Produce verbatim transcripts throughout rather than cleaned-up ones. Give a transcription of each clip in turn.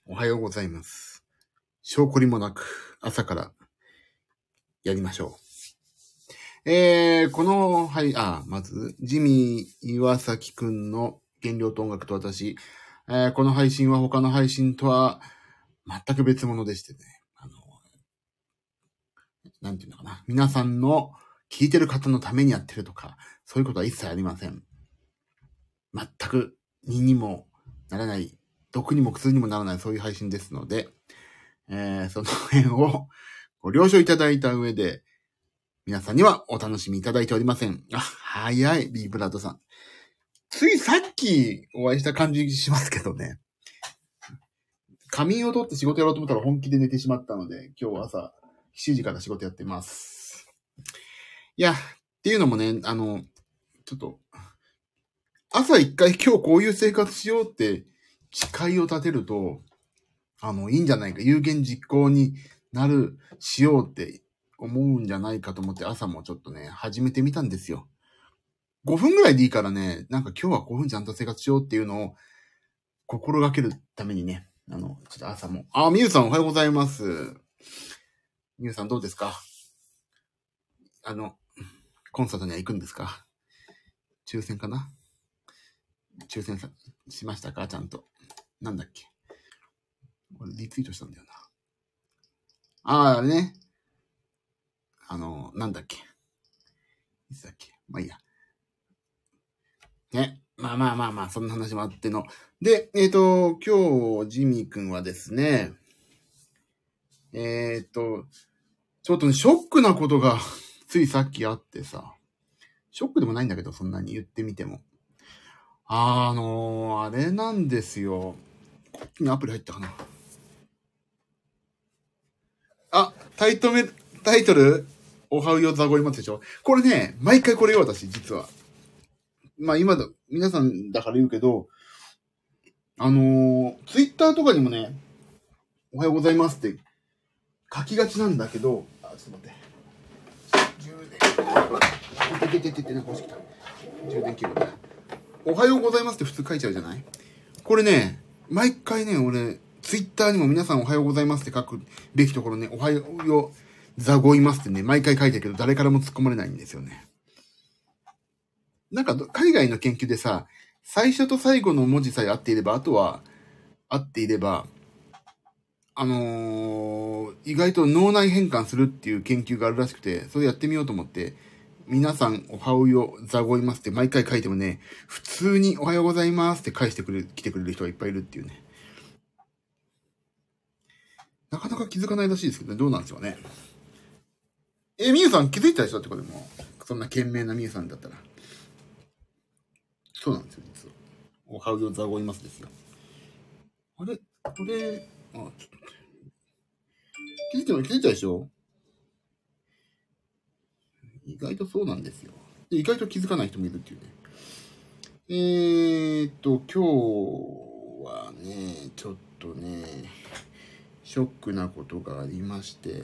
おはようございます。証拠りもなく朝からやりましょう。えー、この、はい、あ、まず、ジミー岩崎くんの原料と音楽と私、えー、この配信は他の配信とは全く別物でしてね、あの、なんていうのかな、皆さんの聞いてる方のためにやってるとか、そういうことは一切ありません。全く、ににもならない、毒にも苦痛にもならない、そういう配信ですので、えー、その辺をご了承いただいた上で、皆さんにはお楽しみいただいておりません。あ、早い、ビーブラッドさん。ついさっきお会いした感じしますけどね。仮眠を取って仕事やろうと思ったら本気で寝てしまったので、今日は朝しちじから仕事やってます。いや、っていうのもね、あの、ちょっと、朝一回今日こういう生活しようって誓いを立てると、あの、いいんじゃないか、有言実行になる、しようって思うんじゃないかと思って朝もちょっとね、始めてみたんですよ。ごふんぐらいでいいからね、なんか今日はごふんちゃんと生活しようっていうのを心がけるためにね、あの、ちょっと朝も。あ、みゆさんおはようございます。みゆさんどうですか？あの、コンサートには行くんですか？抽選かな？抽選さしましたか？ちゃんと。なんだっけ？これリツイートしたんだよな。ああ、ね。あの、なんだっけ。いつだっけ。まあいいや。ね。まあまあまあまあ、そんな話もあっての。で、えっと、今日、ジミーくんはですね、えっと、ちょっとね、ショックなことが、ついさっきあってさ、ショックでもないんだけど、そんなに言ってみても。あのー、あれなんですよ。こっちにアプリ入ったかな。あ、タイトル、タイトル、おはようザゴイマツでしょ。これね、毎回これよ、私、実は。まあ今だ、皆さんだから言うけど、あのー、ツイッターとかにもね、おはようございますって書きがちなんだけど、あ、ちょっと待って。充電、ててててて、なんか欲しきた。充電器具だ。おはようございますって普通書いちゃうじゃない？これね、毎回ね、俺、ツイッターにも皆さんおはようございますって書くべきところね、おはようざごいますってね、毎回書いてるけど、誰からも突っ込まれないんですよね。なんか、海外の研究でさ、最初と最後の文字さえ合っていれば、あとは合っていれば、あのー、意外と脳内変換するっていう研究があるらしくて、それやってみようと思って、皆さんおはようざごいますって毎回書いてもね、普通におはようございますって返してくれる、来てくれる人がいっぱいいるっていうね。なかなか気づかないらしいですけどね、どうなんですよね。え、みゆさん気づいたでしょってことでも、そんな賢明なみゆさんだったら。そうなんですよ、実は。おはようざごいますですよ。あれこれ、あ、ちょっと待って。気づいても気づいたでしょ？意外とそうなんですよ。で意外と気づかない人もいるっていうね。えーっと、今日はね、ちょっとね、ショックなことがありまして、よ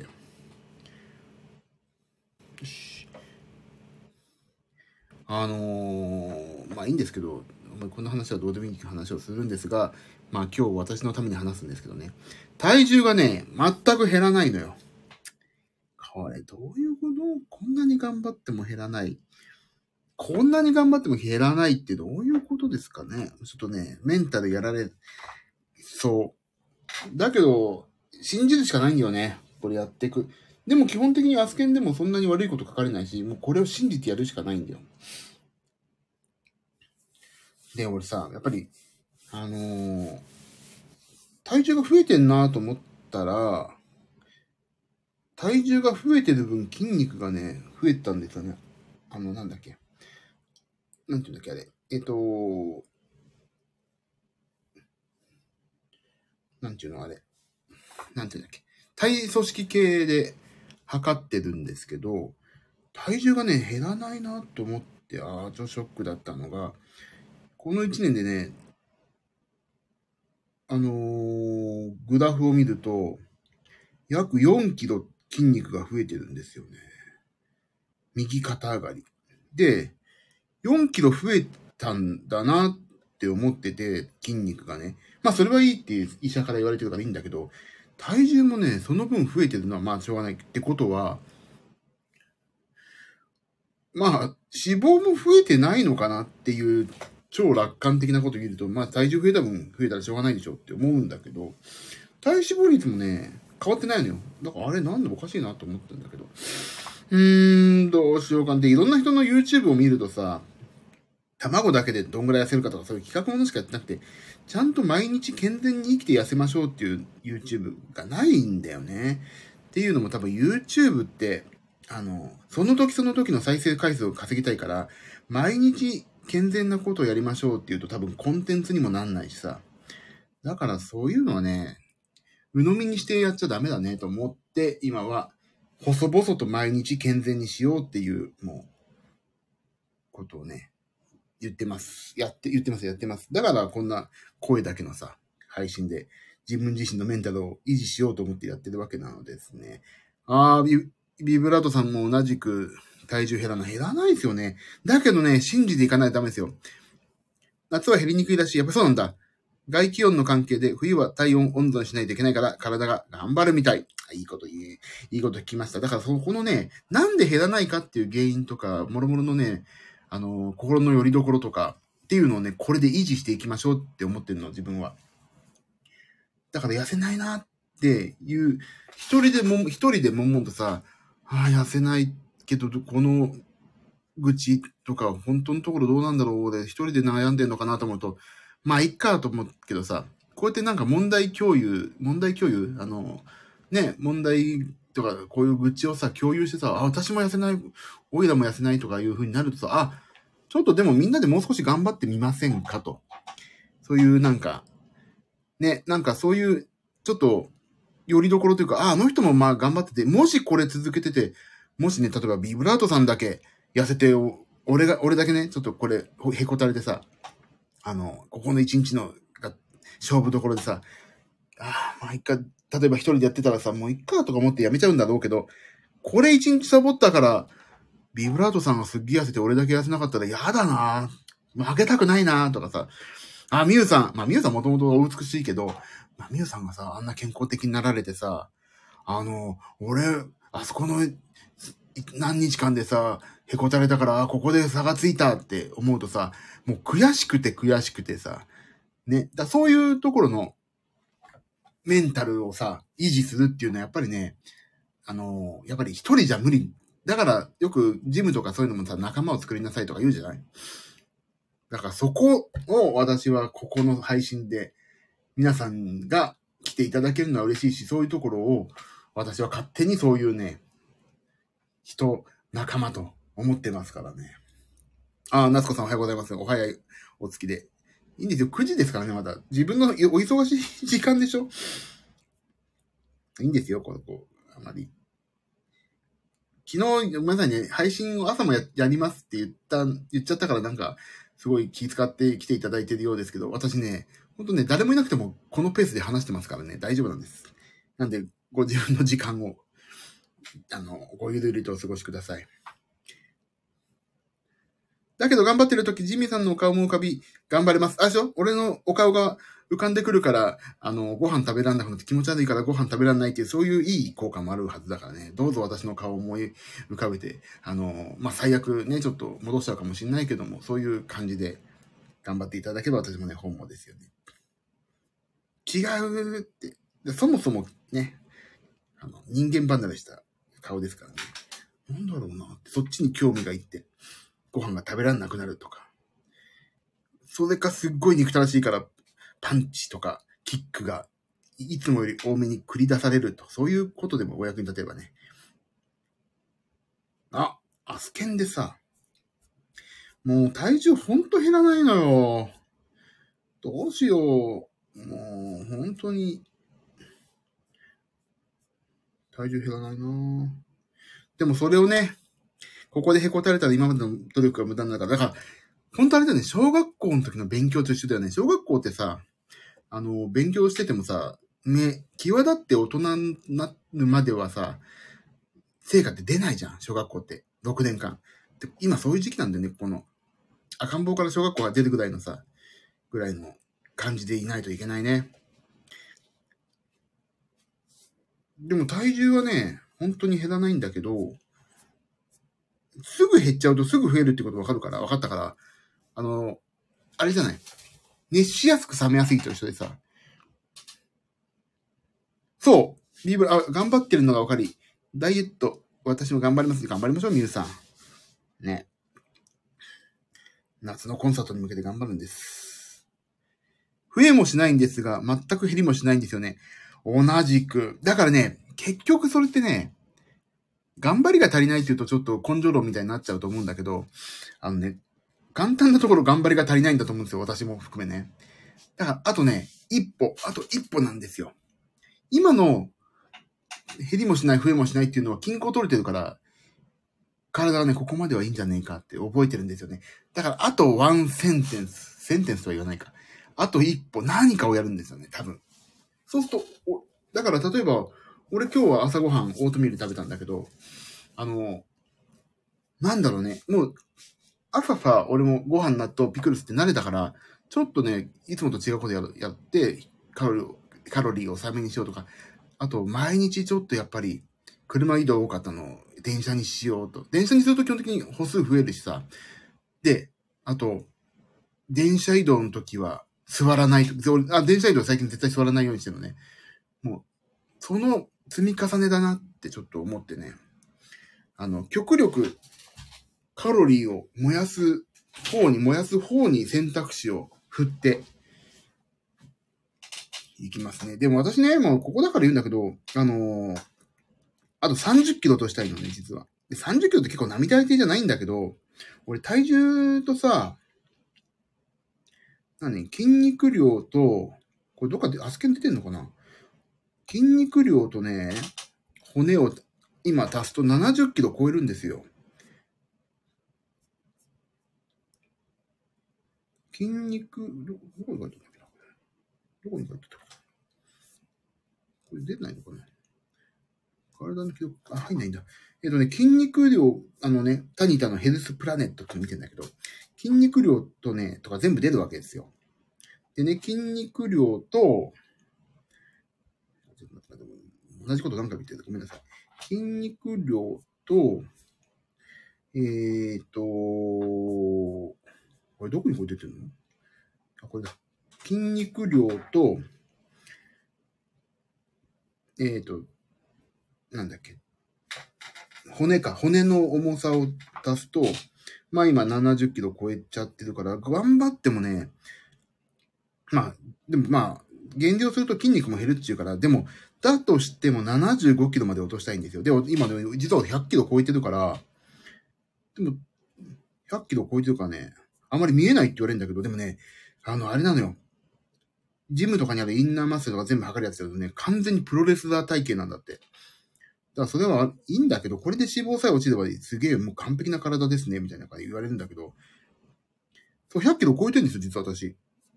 し。あのー、まあいいんですけど、この話はどうでもいい話をするんですが、まあ今日私のために話すんですけどね、体重がね、全く減らないのよ。これどういうこと？こんなに頑張っても減らない。こんなに頑張っても減らないってどういうことですかね。ちょっとね、メンタルやられそう。だけど、信じるしかないんだよね。これやっていく。でも基本的にアスケンでもそんなに悪いこと書かれないし、もうこれを信じてやるしかないんだよ。で、俺さ、やっぱり、あのー、体重が増えてんなと思ったら、体重が増えてる分筋肉がね、増えたんですよね。あの、なんだっけ。なんていうんだっけ、あれ。えっと、なんていうのあれ。なんていうんだっけ。体組織系で測ってるんですけど、体重がね、減らないなと思って、ああ、ちょっとショックだったのが、このいちねんでね、あのー、グラフを見ると、約よんキロ筋肉が増えてるんですよね。右肩上がり。で、よんキロ増えたんだなっって思ってて、筋肉がね。まあそれはいいって医者から言われてるからいいんだけど、体重もね、その分増えてるのはまあしょうがないってことは、まあ脂肪も増えてないのかなっていう超楽観的なこと言うと、まあ体重増えた分増えたらしょうがないでしょって思うんだけど、体脂肪率もね、変わってないのよ。だからあれなんでおかしいなと思ったんだけど。うーん、どうしようかって、いろんな人の YouTube を見るとさ、卵だけでどんぐらい痩せるかとかそういう企画ものしかやってなくて、ちゃんと毎日健全に生きて痩せましょうっていう YouTube がないんだよね。っていうのも多分 YouTube って、あの、その時その時の再生回数を稼ぎたいから、毎日健全なことをやりましょうっていうと多分コンテンツにもなんないしさ。だからそういうのはね、鵜呑みにしてやっちゃダメだねと思って、今は細々と毎日健全にしようっていう、もう、ことをね、言ってます。やって、言ってます、やってます。だからこんな声だけのさ、配信で自分自身のメンタルを維持しようと思ってやってるわけなのですね。あー、ビ、ビブラートさんも同じく体重減らない。減らないですよね。だけどね、信じていかないとダメですよ。夏は減りにくいらしい。やっぱそうなんだ。外気温の関係で冬は体温温存しないといけないから体が頑張るみたい。いいこと言い、いいこと聞きました。だからそこのね、なんで減らないかっていう原因とか、もろもろのね、あの、心の拠り所とかっていうのをね、これで維持していきましょうって思ってるの、自分は。だから痩せないなっていう、一人でも、一人でもんもんとさ、ああ、痩せないけど、この愚痴とか、本当のところどうなんだろうで、一人で悩んでんのかなと思うと、まあ、いっかと思うけどさ、こうやってなんか問題共有、問題共有あの、ね、問題とか、こういう愚痴をさ、共有してさ、あ、私も痩せない、おいらも痩せないとかいう風になるとさ、あ、ちょっとでもみんなでもう少し頑張ってみませんかと。そういうなんか、ね、なんかそういう、ちょっと、よりどころというか、あ、あの人もまあ頑張ってて、もしこれ続けてて、もしね、例えばビブラートさんだけ痩せて、俺が、俺だけね、ちょっとこれ、へこたれてさ、あの、ここの一日のが勝負どころでさ、ああ、まあ、一回、例えば一人でやってたらさ、もういっかとか思ってやめちゃうんだろうけど、これ一日サボったから、ビブラートさんがすっげえ痩せて俺だけ痩せなかったら嫌だな負けたくないなとかさ、あ、ミュウさん、まあミュウさんもともとお美しいけど、まあミュウさんがさ、あんな健康的になられてさ、あの、俺、あそこの何日間でさ、へこたれたから、ここで差がついたって思うとさ、もう悔しくて悔しくてさ、ね、だそういうところのメンタルをさ、維持するっていうのはやっぱりね、あの、やっぱり一人じゃ無理。だからよくジムとかそういうのもさ、仲間を作りなさいとか言うじゃない？だからそこを私はここの配信で皆さんが来ていただけるのは嬉しいし、そういうところを私は勝手にそういうね、人、仲間と思ってますからね。あ、夏子さんおはようございます。お早いお月で。いいんですよ。くじですからね、まだ。自分のお忙しい時間でしょ？いいんですよ、この子。あまり。昨日、ごめんなさいね、配信を朝も や, やりますって言った、言っちゃったからなんか、すごい気遣って来ていただいているようですけど、私ね、ほんとね、誰もいなくてもこのペースで話してますからね、大丈夫なんです。なんで、ご自分の時間を、あの、ごゆるゆるとお過ごしください。だけど頑張ってるとき、ジミーさんのお顔も浮かび、頑張れます。あ、でしょ？俺のお顔が浮かんでくるから、あの、ご飯食べらんなくなって気持ち悪いからご飯食べらんないっていう、そういういい効果もあるはずだからね。どうぞ私の顔を思い浮かべて、あの、まあ、最悪ね、ちょっと戻しちゃうかもしれないけども、そういう感じで頑張っていただければ私もね、本望ですよね。違うって。そもそもね、あの、人間離れした顔ですからね。なんだろうなって、そっちに興味がいって。ご飯が食べられなくなるとか。それかすっごい憎たらしいから、パンチとかキックがいつもより多めに繰り出されると。そういうことでもお役に立てばね。あ、アスケンでさ、もう体重ほんと減らないのよ。どうしよう。もう本当に、体重減らないなでもそれをね、ここでへこたれたら今までの努力が無駄になるから。だから、本当あれだよね、小学校の時の勉強と一緒だよね。小学校ってさ、あの、勉強しててもさ、ね、際立って大人になるまではさ、成果って出ないじゃん、小学校って。ろくねんかん。で今そういう時期なんだよね、この。赤ん坊から小学校が出るぐらいのさ、 ぐらいの感じでいないといけないね。でも体重はね、本当に減らないんだけど、すぐ減っちゃうとすぐ増えるってこと分かるから、分かったから、あの、あれじゃない。熱しやすく冷めやすいと一緒でさ。そう。ビーブラ、あ、頑張ってるのが分かり。ダイエット、私も頑張ります。頑張りましょう、みゆさん。ね。夏のコンサートに向けて頑張るんです。増えもしないんですが、全く減りもしないんですよね。同じく。だからね、結局それってね、頑張りが足りないって言うとちょっと根性論みたいになっちゃうと思うんだけど、あのね、簡単なところ頑張りが足りないんだと思うんですよ。私も含めね。だから、あとね、一歩、あと一歩なんですよ。今の減りもしない、増えもしないっていうのは均衡取れてるから、体はね、ここまではいいんじゃねえかって覚えてるんですよね。だから、あとワンセンテンス、センテンスとは言わないか。あと一歩、何かをやるんですよね、多分。そうすると、おだから例えば、俺今日は朝ごはんオートミール食べたんだけど、あの、なんだろうね、もう、朝さ、俺もご飯納豆ピクルスって慣れたから、ちょっとね、いつもと違うことやるやって、カロリー、カロリーを抑えめにしようとか、あと、毎日ちょっとやっぱり、車移動多かったのを電車にしようと。電車にすると基本的に歩数増えるしさ。で、あと、電車移動の時は座らないと。あ、電車移動最近絶対座らないようにしてるのね。もう、その積み重ねだなってちょっと思ってね。あの、極力、カロリーを燃やす方に、燃やす方に選択肢を振っていきますね。でも私ね、もうここだから言うんだけど、あのー、あとさんじゅっキロとしたいのね、実は。でさんじゅっキロって結構並大抵じゃないんだけど、俺体重とさ、何筋肉量と、これどっかで、アスケン出てんのかな筋肉量とね、骨を今足すとななじゅっキロ超えるんですよ。筋肉、ど、どこに書いてあったっけなどこに書いてあったかこれ出ないのかな体の記録、あ、入んないんだ。えっとね、筋肉量、あのね、タニタのヘルスプラネットって見てんだけど、筋肉量とね、とか全部出るわけですよ。でね、筋肉量と、同じこと何回も言ってるごめんなさい。筋肉量と、えーと、これどこにこれ出てるのあ、これだ。筋肉量と、えーと、なんだっけ。骨か。骨の重さを足すと、まあ今ななじゅっキロ超えちゃってるから、頑張ってもね、まあ、でもまあ、減量すると筋肉も減るっていうから、でも、だとしてもななじゅうごキロまで落としたいんですよ。でも今ね、実はひゃっキロ超えてるから、でも、ひゃっキロ超えてるからね、あまり見えないって言われるんだけど、でもね、あの、あれなのよ。ジムとかにあるインナーマッスルとか全部測るやつだとね、完全にプロレスラー体型なんだって。だからそれはいいんだけど、これで脂肪さえ落ちればすげえもう完璧な体ですね、みたいな感じ言われるんだけど、そう、ひゃっキロ超えてるんですよ、実は私。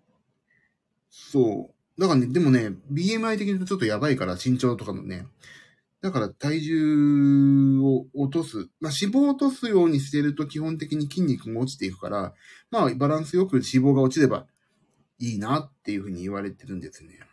そう。だからね、でもね、ビーエムアイ 的に言うとちょっとやばいから、身長とかのね。だから体重を落とす。まあ、脂肪を落とすようにしてると基本的に筋肉も落ちていくから、まあ、バランスよく脂肪が落ちればいいなっていうふうに言われてるんですね。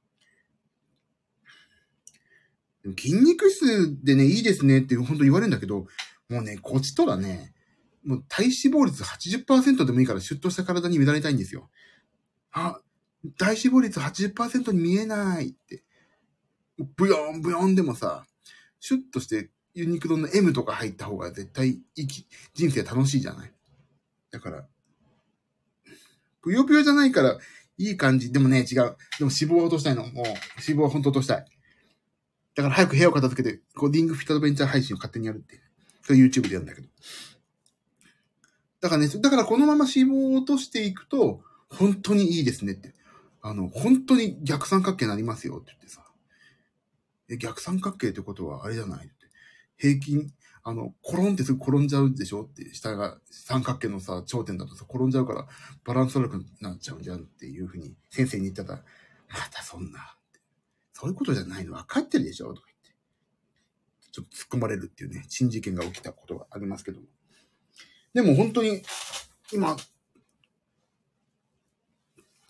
でも筋肉質でね、いいですねって本当言われるんだけど、もうね、こっちとらね、もう体脂肪率 はちじゅっパーセント でもいいからシュッとした体に乱れたいんですよ。あ、体脂肪率 はちじゅっパーセント に見えないって。ブヨンブヨンでもさ、シュッとしてユニクロの エム とか入った方が絶対生き、人生楽しいじゃない。だから、ぷよぷよじゃないからいい感じ。でもね、違う。でも脂肪は落としたいの。もう、脂肪は本当落としたい。だから早く部屋を片付けて、こう、リングフィットアドベンチャー配信を勝手にやるって。それ YouTube でやるんだけど。だからね、だからこのまま脂肪を落としていくと、本当にいいですねって。あの、本当に逆三角形になりますよって言ってさ。え、逆三角形ってことはあれじゃないって。平均、あの、コロンってすぐ転んじゃうでしょって、下が三角形のさ、頂点だとさ、転んじゃうからバランス悪くなっちゃうじゃんっていうふうに先生に言ったら、またそんな、そういうことじゃないの分かってるでしょとか言って。ちょっと突っ込まれるっていうね、珍事件が起きたことがありますけども。でも本当に、今、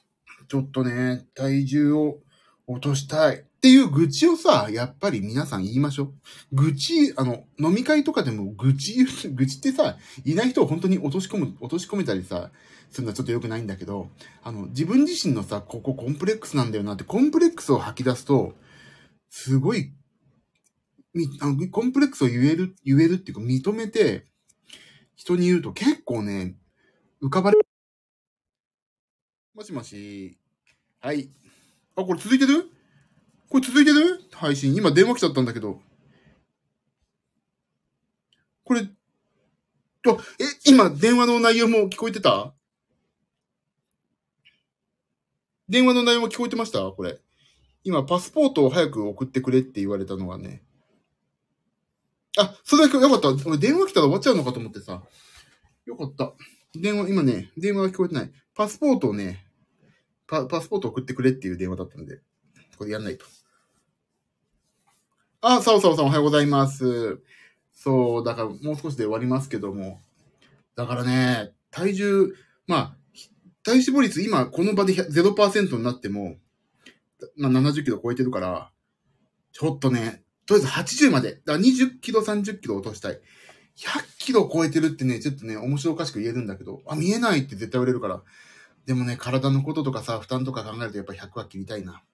ちょっとね、体重を落としたいっていう愚痴をさ、やっぱり皆さん言いましょう。愚痴、あの、飲み会とかでも愚痴言う、愚痴ってさ、いない人を本当に落とし込む、落とし込めたりさ、するのはちょっと良くないんだけど、あの、自分自身のさ、ここコンプレックスなんだよなって、コンプレックスを吐き出すと、すごい、み、あの、コンプレックスを言える、言えるっていうか認めて、人に言うと結構ね、浮かばれ、もしもし、はい。あ、これ続いてるこれ続いてる配信。今電話来ちゃったんだけど。これ、あ、え、今電話の内容も聞こえてた？電話の内容も聞こえてましたこれ。今パスポートを早く送ってくれって言われたのがね。あ、それだけよかった。俺電話来たら終わっちゃうのかと思ってさ。よかった。電話、今ね、電話が聞こえてない。パスポートをね、パ、パスポート送ってくれっていう電話だったんで、これやんないと。あ、サオサオさんおはようございます。そう、だからもう少しで終わりますけども。だからね、体重、まあ、体脂肪率今この場でゼロパーセントになっても、まあななじゅっキロ超えてるから、ちょっとね、とりあえずはちじゅうまで、だからにじゅっキロ、さんじゅっキロ落としたい。ひゃっキロ超えてるってね、ちょっとね、面白おかしく言えるんだけど、あ、見えないって絶対売れるから。でもね、体のこととかさ、負担とか考えるとやっぱひゃくは切りたいな。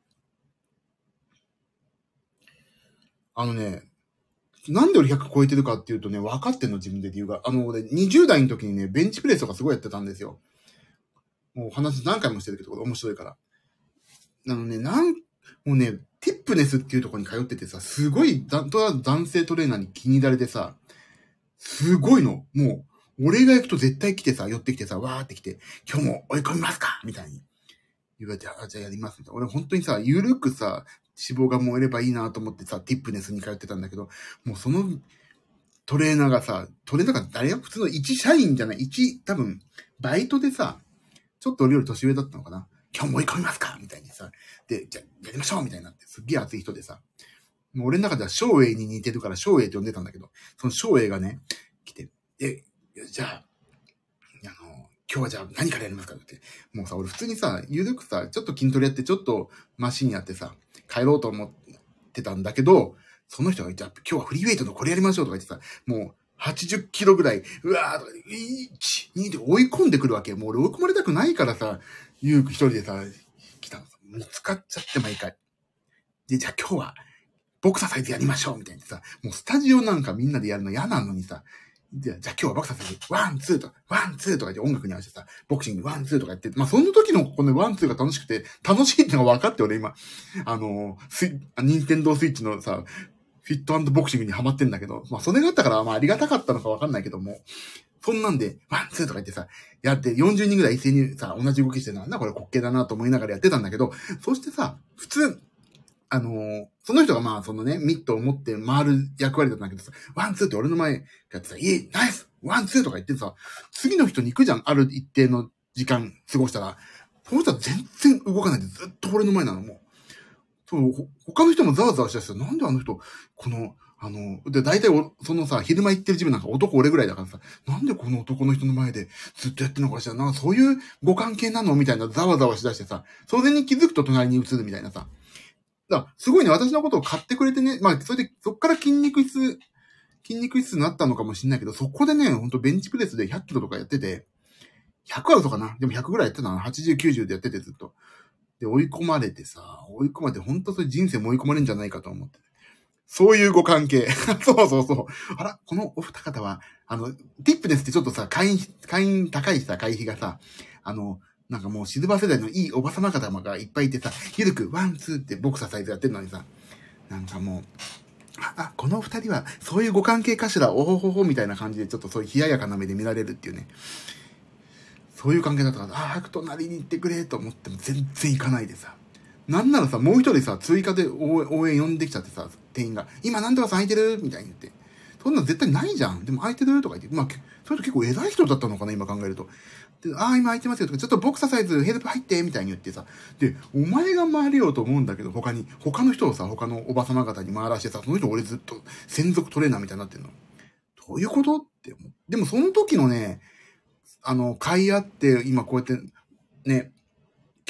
あのね、なんで俺ひゃく超えてるかっていうとね、分かってんの自分で理由が。あの、俺にじゅう代の時にね、ベンチプレスとかすごいやってたんですよ。もう話何回もしてるけど、面白いから。あのね、なん、もうね、ティップネスっていうところに通っててさ、すごいだ男性トレーナーに気に入られてさ、すごいの。もう、俺が行くと絶対来てさ、寄ってきてさ、わーって来て、今日も追い込みますかみたいに言われて、あ、じゃあやりますみたいな。俺本当にさ、ゆるくさ、脂肪が燃えればいいなと思ってさ、ティップネスに通ってたんだけど、もうそのトレーナーがさ、トレーナーが誰よ普通の一社員じゃない、一、多分、バイトでさ、ちょっと俺より年上だったのかな。今日も追い込みますかみたいにさ。で、じゃあ、やりましょうみたいになって、すっげえ熱い人でさ。もう俺の中では翔英に似てるから翔英って呼んでたんだけど、その翔英がね、来て、で、じゃあ、あの、今日はじゃあ何からやりますかって。もうさ、俺普通にさ、ゆるくさ、ちょっと筋トレやって、ちょっとマシンやってさ、帰ろうと思ってたんだけど、その人が、じゃあ今日はフリーウェイトのこれやりましょうとか言ってさ、もう、はちじゅっキロぐらい、うわー、いち、にで追い込んでくるわけ。もう俺追い込まれたくないからさ、ゆうく一人でさ、来たのさ、見つかっちゃって毎回。で、じゃあ今日は、ボクササイズやりましょうみたいにさ、もうスタジオなんかみんなでやるの嫌なのにさ、じゃあ今日はボクササイズ、ワン、ツーとか、ワン、ツーとか言って音楽に合わせてさ、ボクシング、ワン、ツーとかやって、まあその時のこのワン、ツーが楽しくて、楽しいってのが分かって俺今、あの、スイ、ニンテンドースイッチのさ、フィット&ボクシングにハマってんだけど、まあそれがあったからまあありがたかったのか分かんないけども、そんなんで、ワン、ツーとか言ってさ、やってよんじゅうにんぐらい一斉にさ、同じ動きしてるのなんだこれ滑稽だなと思いながらやってたんだけど、そしてさ、普通、あのー、その人がまあ、そのね、ミットを持って回る役割だったんだけどさ、ワン、ツーって俺の前やってさ、いい、ナイスワン、ツーとか言ってさ、次の人に行くじゃん、ある一定の時間過ごしたら、その人は全然動かないでずっと俺の前なの、もう。そう、他の人もざわざわしだしてなんであの人、この、あの、で、大体そのさ、昼間行ってる自分なんか男俺ぐらいだからさ、なんでこの男の人の前でずっとやってんのかしら、なんかそういうご関係なのみたいなざわざわしだしてさ、それに気づくと隣に移るみたいなさ。だすごいね、私のことを買ってくれてね、まあ、それで、そっから筋肉質、筋肉質になったのかもしれないけど、そこでね、ほんとベンチプレスでひゃっキロとかやってて、ひゃくあるとかなでもひゃくぐらいやってたな。はちじゅう、きゅうじゅうでやっててずっと。で、追い込まれてさ、追い込まれて、ほんとそれ人生も追い込まれるんじゃないかと思って。そういうご関係。そうそうそう。あら、このお二方は、あの、ティップネスってちょっとさ、会員、会員高いさ、会費がさ、あの、なんかもうシルバー世代のいいおばさま方がいっぱいいてさ、ゆるくワン、ツーってボクササイズやってるのにさ、なんかもう、あ、あこの二人はそういうご関係かしら、おほほほみたいな感じでちょっとそういう冷ややかな目で見られるっていうね。そういう関係だったから、あ、早く隣に行ってくれと思っても全然行かないでさ。なんならさ、もう一人さ、追加で応援呼んできちゃってさ、店員が、今なんとかさん空いてるみたいに言って。そんなの絶対ないじゃん。でも空いてるとか言って。まあ、それと結構偉い人だったのかな、今考えると。で、ああ、今空いてますよとか、ちょっとボクササイズヘルプ入って、みたいに言ってさ。で、お前が回れようと思うんだけど、他に、他の人をさ、他のおばさま方に回らしてさ、その人俺ずっと専属トレーナーみたいになってんの。どういうことって思う。でもその時のね、あの、買い合って、今こうやって、ね、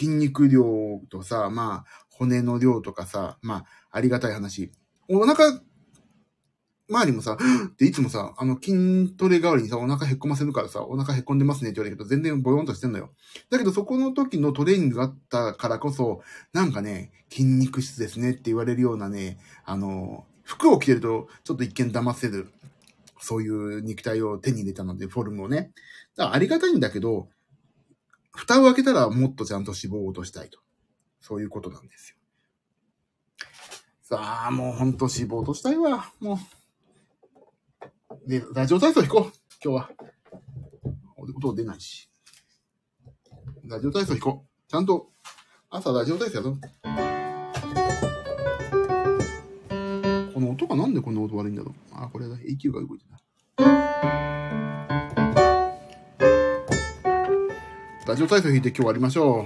筋肉量とさ、まあ、骨の量とかさ、まあ、ありがたい話。お腹、周りもさ、で、いつもさ、あの、筋トレ代わりにさ、お腹へっこませるからさ、お腹へっこんでますねって言われるけど、全然ボヨンとしてんのよ。だけど、そこの時のトレーニングがあったからこそ、なんかね、筋肉質ですねって言われるようなね、あの、服を着てると、ちょっと一見騙せる、そういう肉体を手に入れたので、フォルムをね。だからありがたいんだけど、蓋を開けたらもっとちゃんと脂肪を落としたいと。そういうことなんですよ。さあ、もうほんと脂肪落としたいわ。もう。で、ラジオ体操弾こう。今日は。音出ないし。ラジオ体操弾こう。ちゃんと、朝ラジオ体操やろう。この音がなんでこんな音悪いんだろう。あ、これだ。エーキュー が動いてた。ラジオ体操弾いて今日終わりましょう。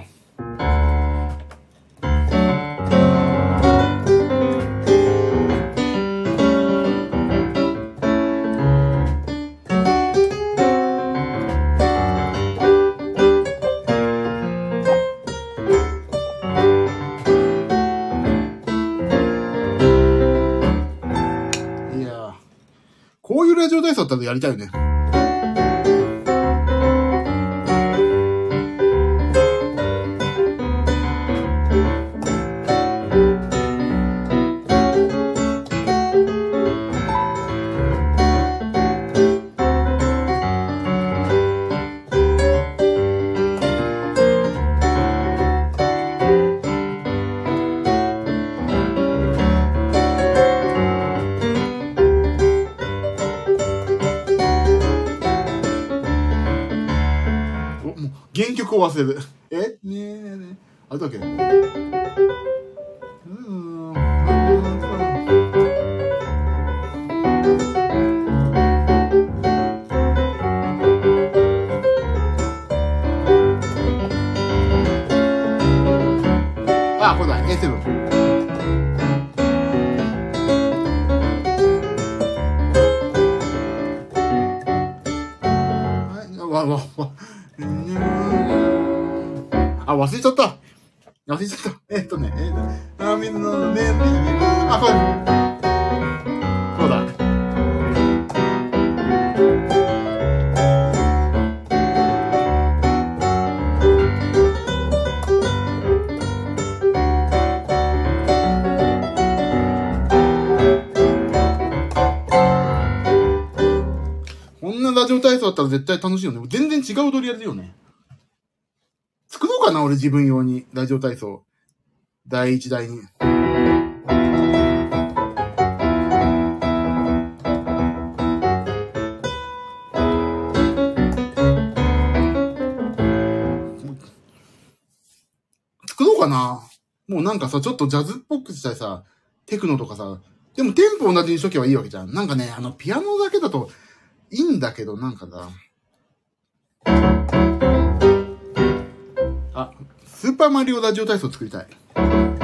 こういうラジオ体操だったらやりたいよね。原曲を忘れる。えねえねえねえ。あれだっけうーん。あ、これだ。エーセブン。わ、わ、わ。あ、忘れちゃった。忘れちゃった。えっとね、えっと、あ、みんなのね、あ、これ。そうだ。こんなラジオ体操だったら絶対楽しいよね。全然違う踊りやるよね。作ろうかな、俺自分用に。ラジオ体操。第一第二。作ろうかな。もうなんかさ、ちょっとジャズっぽくしたりさ、テクノとかさ、でもテンポ同じにしとけばいいわけじゃん。なんかね、あの、ピアノだけだといいんだけど、なんかさ、あ、スーパーマリオラジオ体操作りたい。え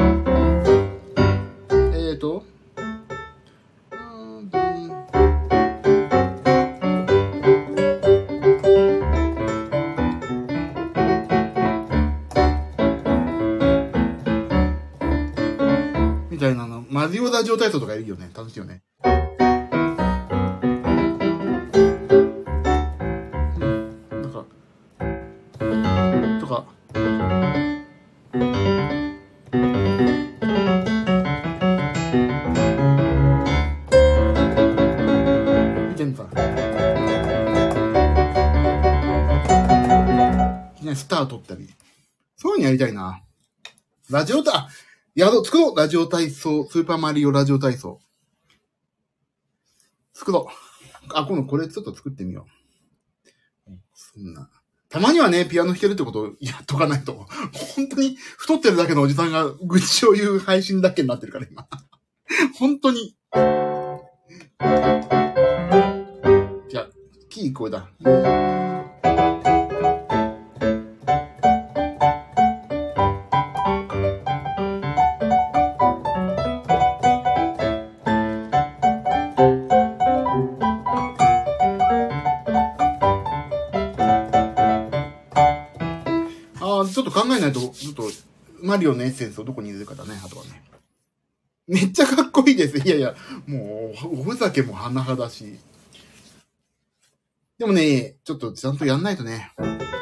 ーと、みたいなの。マリオラジオ体操とかいいよね。楽しいよね。スター撮ったり。そういうのやりたいな。ラジオ体、やろう、作ろうラジオ体操、スーパーマリオラジオ体操。作ろう。あ、今度これちょっと作ってみよう。そんな。たまにはね、ピアノ弾けるってことをやっとかないと。本当に太ってるだけのおじさんが愚痴を言う配信だけになってるから今。本当に。じゃあ、キーこれだ。 ああ、ちょっと考えないと、ちょっと、マリオのエッセンスをどこに入れるかだね、あとはね。めっちゃかっこいいです。いやいや、もう、おふざけも甚だしい。でもね、ちょっとちゃんとやんないとね。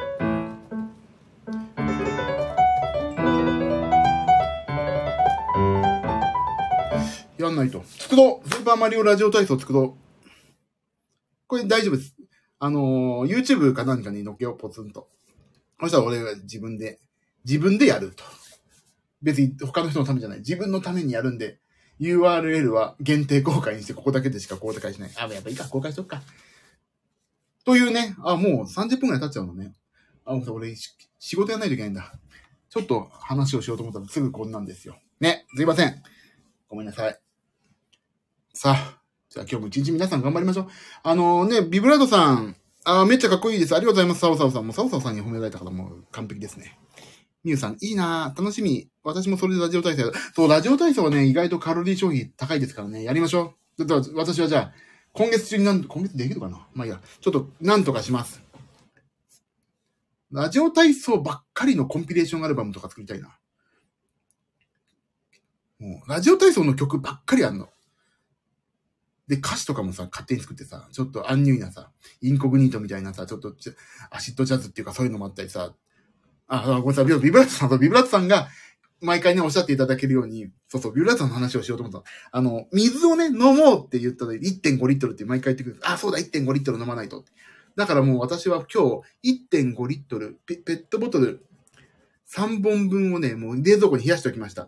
やんないと。作ろうスーパーマリオラジオ体操作ろう。これ大丈夫です。あのー、YouTube か何かに載っけよう、ポツンと。そしたら俺が自分で、自分でやると。別に他の人のためじゃない。自分のためにやるんで、ユーアールエル は限定公開にしてここだけでしか公開しない。あ、やっぱいいか、公開しとくか。というね、あ、もうさんじゅっぷんくらい経っちゃうのね。あ、もう俺、仕事やんないといけないんだ。ちょっと話をしようと思ったらすぐこんなんですよ。ね、すいません。ごめんなさい。さあ、じゃあ今日も一日皆さん頑張りましょう。あのー、ね、ビブラードさん、あ、めっちゃかっこいいです。ありがとうございます。サオサオさん。もうサオサオさんに褒められたからもう完璧ですね。ミュウさん、いいなぁ。楽しみ。私もそれでラジオ体操。そう、ラジオ体操はね、意外とカロリー消費高いですからね。やりましょう。だって私はじゃあ、今月中になん、今月できるかなまあいいや。ちょっと、なんとかします。ラジオ体操ばっかりのコンピレーションアルバムとか作りたいな。もう、ラジオ体操の曲ばっかりあんの。で、歌詞とかもさ、勝手に作ってさ、ちょっとアンニュイなさ、インコグニートみたいなさ、ちょっとアシッドジャズっていうかそういうのもあったりさ、あ、ごめんなさい、ビブラットさんとビブラットさんが、毎回ね、おっしゃっていただけるように、そうそう、ビブラットさんの話をしようと思った。あの、水をね、飲もうって言ったのに いってんご リットルって毎回言ってくる。あ、そうだ、いってんご リットル飲まないと。だからもう私は今日、いってんご リットル、ペ、ペットボトルさんぼんぶんをね、もう冷蔵庫に冷やしておきました。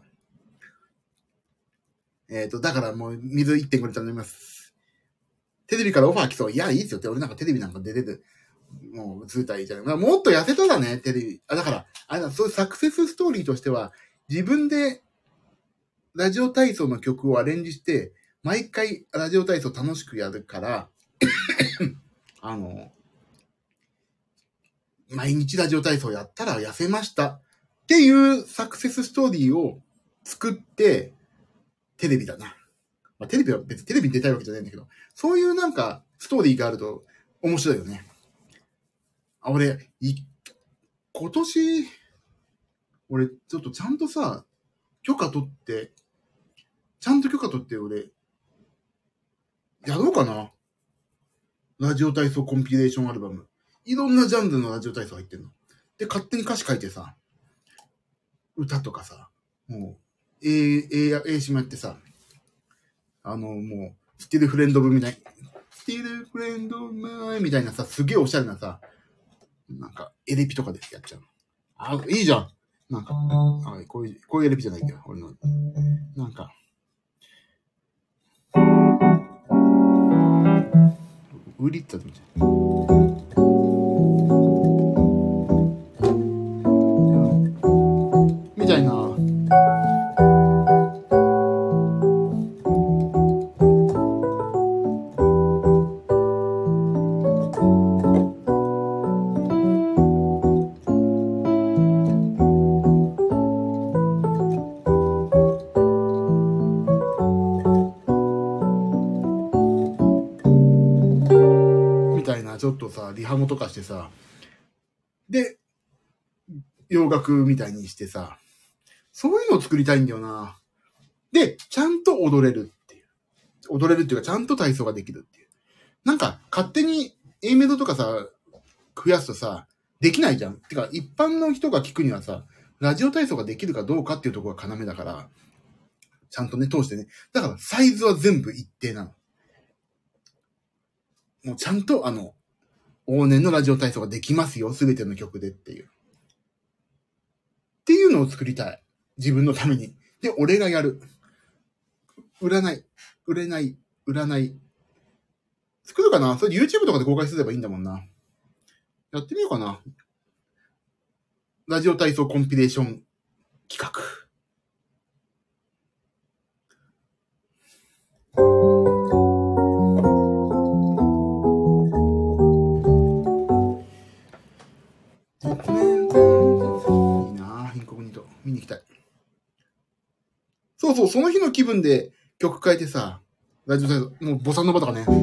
えっと、だからもう水 いってんご リットル飲みます。テレビからオファー来そう。いや、いいですよって、俺なんかテレビなんか出てる。もう、ずーたらいいじゃない。もっと痩せたらね、テレビ。あ、だから、あれだ、そういうサクセスストーリーとしては、自分で、ラジオ体操の曲をアレンジして、毎回ラジオ体操楽しくやるから、あの、毎日ラジオ体操やったら痩せました。っていうサクセスストーリーを作って、テレビだな。まあ、テレビは別にテレビに出たいわけじゃないんだけど、そういうなんか、ストーリーがあると面白いよね。あ、俺、い、今年、俺、ちょっとちゃんとさ、許可取って、ちゃんと許可取って俺、やろうかな。ラジオ体操コンピレーションアルバム。いろんなジャンルのラジオ体操入ってんの。で、勝手に歌詞書いてさ、歌とかさ、もう、ええ、ええ、ええしまってさ、あの、もう、スティルフレンドブみたい、スティルフレンドブみたいなさ、すげえおしゃれなさ、なんか、エレピとかでやっちゃう。あ、いいじゃん。なんか、あ、こういう、こういうエレピじゃないけど、俺の、なんか、ウリッツァみたいな。みたいな。ちょっとさ、リハモとかしてさ、で、洋楽みたいにしてさ、そういうのを作りたいんだよな。で、ちゃんと踊れるっていう。踊れるっていうか、ちゃんと体操ができるっていう。なんか、勝手に A メロとかさ、増やすとさ、できないじゃん。てか、一般の人が聞くにはさ、ラジオ体操ができるかどうかっていうところが要だから、ちゃんとね、通してね。だから、サイズは全部一定なの。もうちゃんと、あの、往年のラジオ体操ができますよ、すべての曲でっていう。っていうのを作りたい。自分のために。で、俺がやる。売らない。売れない。売らない。作るかな？それ YouTube とかで公開すればいいんだもんな。やってみようかな。ラジオ体操コンピレーション企画。見に行きたい。そうそう、その日の気分で曲変えてさ、ラジオ体操、もうボサノバとかね。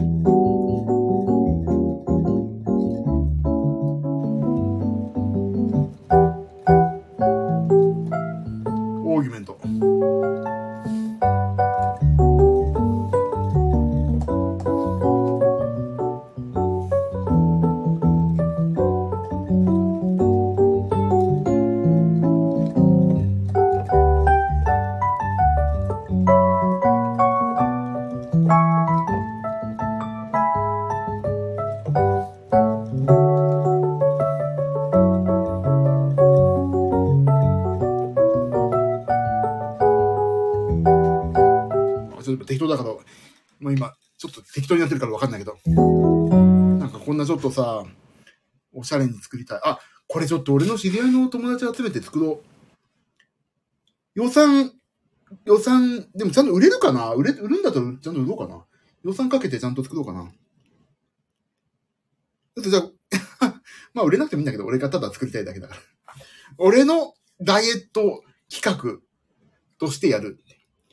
部適当だから、もう今、ちょっと適当になってるからわかんないけど。なんかこんなちょっとさ、おしゃれに作りたい。あ、これちょっと俺の知り合いの友達集めて作ろう。予算、予算、でもちゃんと売れるかな売れ、売るんだったらちゃんと売ろうかな。予算かけてちゃんと作ろうかな。だってじゃあ、まあ売れなくてもいいんだけど、俺がただ作りたいだけだから。俺のダイエット企画としてやる。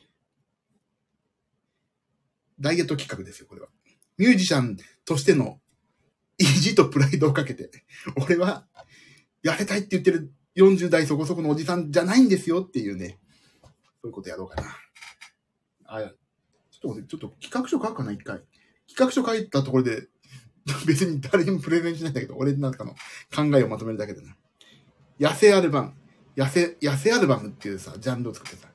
ダイエット企画ですよ、これは。ミュージシャンとしての意地とプライドをかけて、俺はやれたいって言ってるよんじゅう代そこそこのおじさんじゃないんですよっていうね、そういうことやろうかな。あ、ちょっと、ちょっと企画書書くかな、一回。企画書書いたところで、別に誰にもプレゼンしないんだけど、俺なんかの考えをまとめるだけでな。痩せアルバム。痩せ、痩せアルバムっていうさ、ジャンルを作ってさ。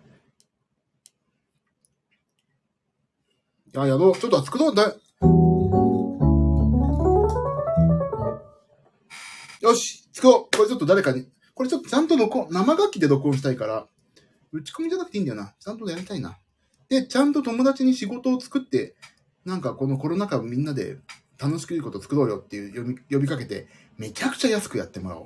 いや、やろう。ちょっと作ろう。だ、よし、作ろう。これちょっと誰かに、これちょっとちゃんと録音、生楽器で録音したいから、打ち込みじゃなくていいんだよな。ちゃんとやりたいな。で、ちゃんと友達に仕事を作って、なんかこのコロナ禍みんなで楽しくいいこと作ろうよっていう呼び、呼びかけて、めちゃくちゃ安くやってもらおう。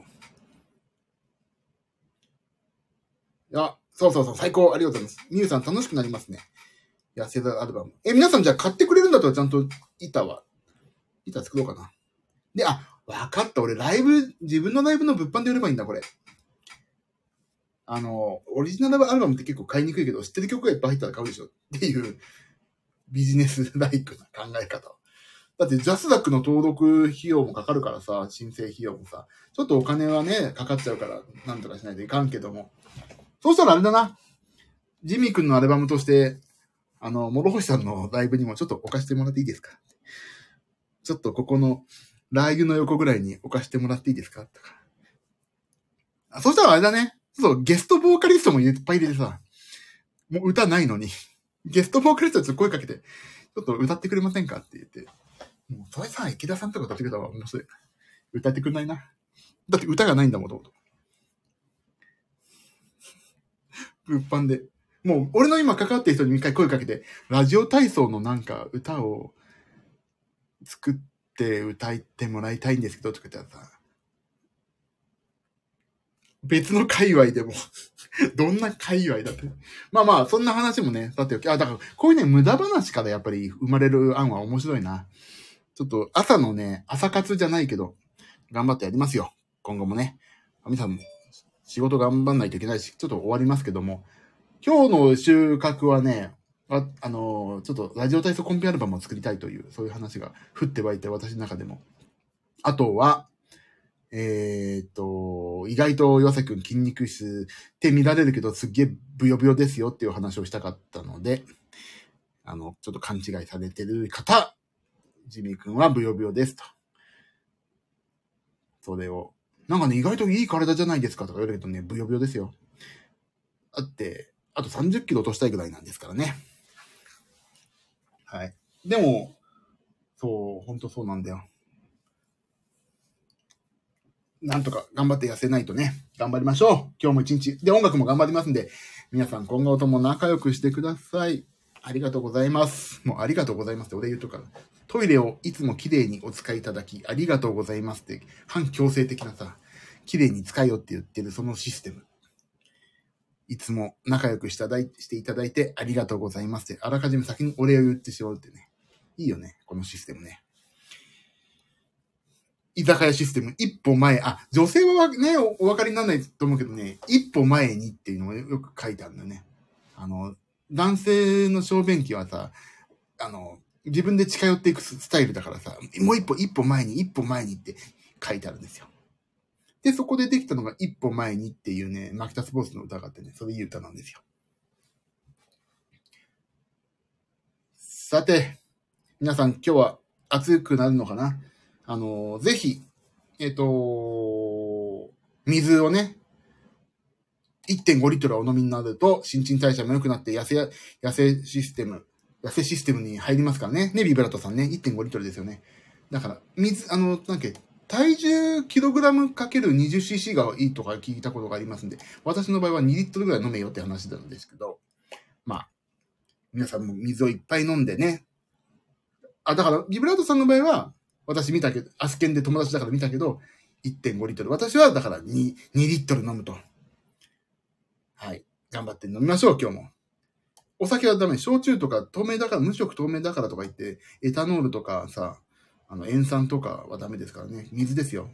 いや、そうそうそう、最高、ありがとうございます。みゆさん楽しくなりますね。痩せたアルバム。え、皆さんじゃあ買ってくれるんだったらちゃんと板は、板作ろうかな。で、あ、わかった。俺ライブ、自分のライブの物販で売ればいいんだ、これ。あの、オリジナルアルバムって結構買いにくいけど、知ってる曲がいっぱい入ったら買うでしょっていうビジネスライクな考え方。だってジャスダックの登録費用もかかるからさ、申請費用もさ、ちょっとお金はね、かかっちゃうから、なんとかしないといかんけども。そうしたらあれだな。ジミー君のアルバムとして、あの、諸星さんのライブにもちょっと置かしてもらっていいですか？ちょっとここのラー油の横ぐらいに置かしてもらっていいですかとか。あ、そしたらあれだね。そう、ゲストボーカリストもいっぱい入れてさ、もう歌ないのに、ゲストボーカリストちょっと声かけて、ちょっと歌ってくれませんかって言って。もう、それさ、池田さんとか歌ってくれたら面白い。歌ってくれないな。だって歌がないんだもん、と。物販で。もう、俺の今関わってる人に一回声かけて、ラジオ体操のなんか歌を作って歌ってもらいたいんですけど、とか言ったらさ、別の界隈でも、どんな界隈だって。まあまあ、そんな話もね、だって、あ、だから、こういうね、無駄話からやっぱり生まれる案は面白いな。ちょっと、朝のね、朝活じゃないけど、頑張ってやりますよ。今後もね。あみさんも、仕事頑張んないといけないし、ちょっと終わりますけども、今日の収穫はね、あ、あのー、ちょっとラジオ体操コンピアルバムを作りたいという、そういう話が降って湧いて、私の中でも。あとは、えーっと、意外と岩崎くん筋肉質って見られるけど、すっげえブヨブヨですよっていう話をしたかったので、あの、ちょっと勘違いされてる方、ジミーくんはブヨブヨですと。それを。なんかね、意外といい体じゃないですかとか言われるけどね、ブヨブヨですよ。だって、あとさんじゅっキロ落としたいぐらいなんですからね。はい。でも、そう、ほんとそうなんだよ。なんとか頑張って痩せないとね。頑張りましょう。今日も一日。で、音楽も頑張りますんで、皆さん今後とも仲良くしてください。ありがとうございます。もうありがとうございますって俺言うとか、トイレをいつもきれいにお使いいただき、ありがとうございますって、反強制的なさ、きれいに使いよって言ってるそのシステム。いつも仲良くしただいしていただいてありがとうございますって、あらかじめ先にお礼を言ってしまうってね。いいよね、このシステムね。居酒屋システム、一歩前、あ、女性はね、お分かりにならないと思うけどね、一歩前にっていうのがよく書いてあるんだよね。あの、男性の小便器はさ、あの、自分で近寄っていくスタイルだからさ、もう一歩、一歩前に、一歩前にって書いてあるんですよ。で、そこでできたのが一歩前にっていうね、マキタスポーツの歌があってね、それいい歌なんですよ。さて、皆さん今日は暑くなるのかな？あの、ぜひ、えっと、水をね、いってんごリットルお飲みになると、新陳代謝も良くなって、痩せ、痩せシステム、痩せシステムに入りますからね。ね、ビブラットさんね、いってんごリットルですよね。だから、水、あの、なんだっけ、体重キログラムかける にじゅっシーシー がいいとか聞いたことがありますんで、私の場合はにリットルぐらい飲めよって話なんですけど、まあ、 皆さんも水をいっぱい飲んでね。あ、だから、ビブラートさんの場合は、私見たけど、アスケンで友達だから見たけど、いってんごリットル。私はだから 2, にリットル飲むと。はい。頑張って飲みましょう、今日も。お酒はダメ。焼酎とか透明だから、無色透明だからとか言って、エタノールとかさ、あの、塩酸とかはダメですからね。水ですよ。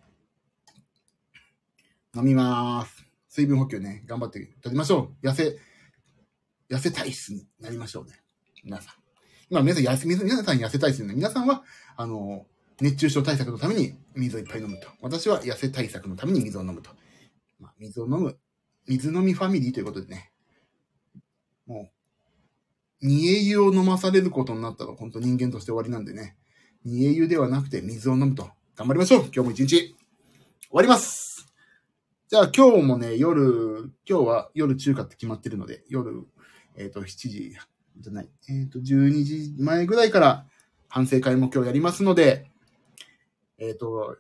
飲みまーす。水分補給ね、頑張って取りましょう。痩せ、痩せ体質になりましょうね。皆さん。今、皆さん痩せ、皆さん痩せ体質ね。皆さんは、あの、熱中症対策のために水をいっぱい飲むと。私は痩せ対策のために水を飲むと。まあ、水を飲む。水飲みファミリーということでね。もう、煮え湯を飲まされることになったら、本当人間として終わりなんでね。煮え湯ではなくて水を飲むと。頑張りましょう。今日も一日。終わります。じゃあ今日もね、夜、今日は夜中華って決まってるので、夜、えっと、しちじじゃない、えっと、じゅうにじまえぐらいから反省会も今日やりますので、えっと、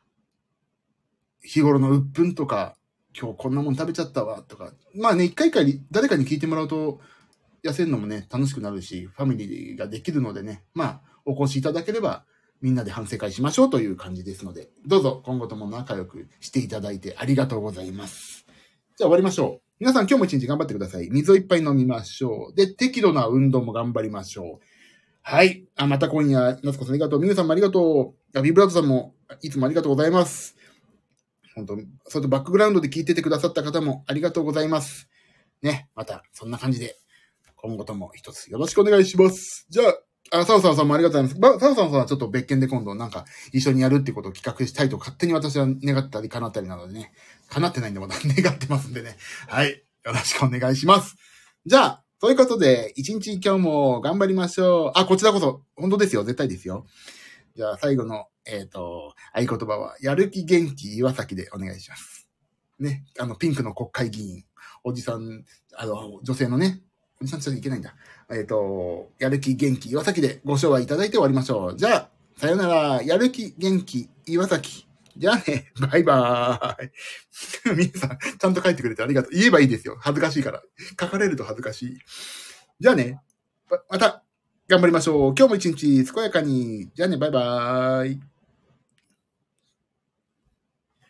日頃の鬱憤とか、今日こんなもん食べちゃったわとか、まあね、一回一回誰かに聞いてもらうと、痩せるのもね、楽しくなるし、ファミリーができるのでね、まあ、お越しいただければ、みんなで反省会しましょうという感じですので、どうぞ今後とも仲良くしていただいてありがとうございます。じゃあ終わりましょう。皆さん今日も一日頑張ってください。水をいっぱい飲みましょう。で、適度な運動も頑張りましょう。はい。あ、また今夜、夏子さんありがとう。みゆさんもありがとう。ビブラートさんもいつもありがとうございます。本当、それとバックグラウンドで聞いててくださった方もありがとうございます。ね、またそんな感じで、今後とも一つよろしくお願いします。じゃあ、あ、サオサオさんもありがとうございます。サオサオさんはちょっと別件で今度なんか一緒にやるってことを企画したいと勝手に私は願ったり叶ったりなのでね。叶ってないんでまだ願ってますんでね。はい。よろしくお願いします。じゃあ、そういうことで、一日今日も頑張りましょう。あ、こちらこそ、本当ですよ。絶対ですよ。じゃあ、最後の、えっと、合言葉は、やる気元気岩崎でお願いします。ね。あの、ピンクの国会議員、おじさん、あの、女性のね、おじさんちょっといけないんだ。えっと、やる気元気岩崎でご唱和いただいて終わりましょう。じゃあ、さよなら、やる気元気岩崎。じゃあね、バイバーイ。皆さん、ちゃんと書いてくれてありがとう。言えばいいですよ。恥ずかしいから。書かれると恥ずかしい。じゃあね、また、頑張りましょう。今日も一日健やかに。じゃあね、バイバーイ。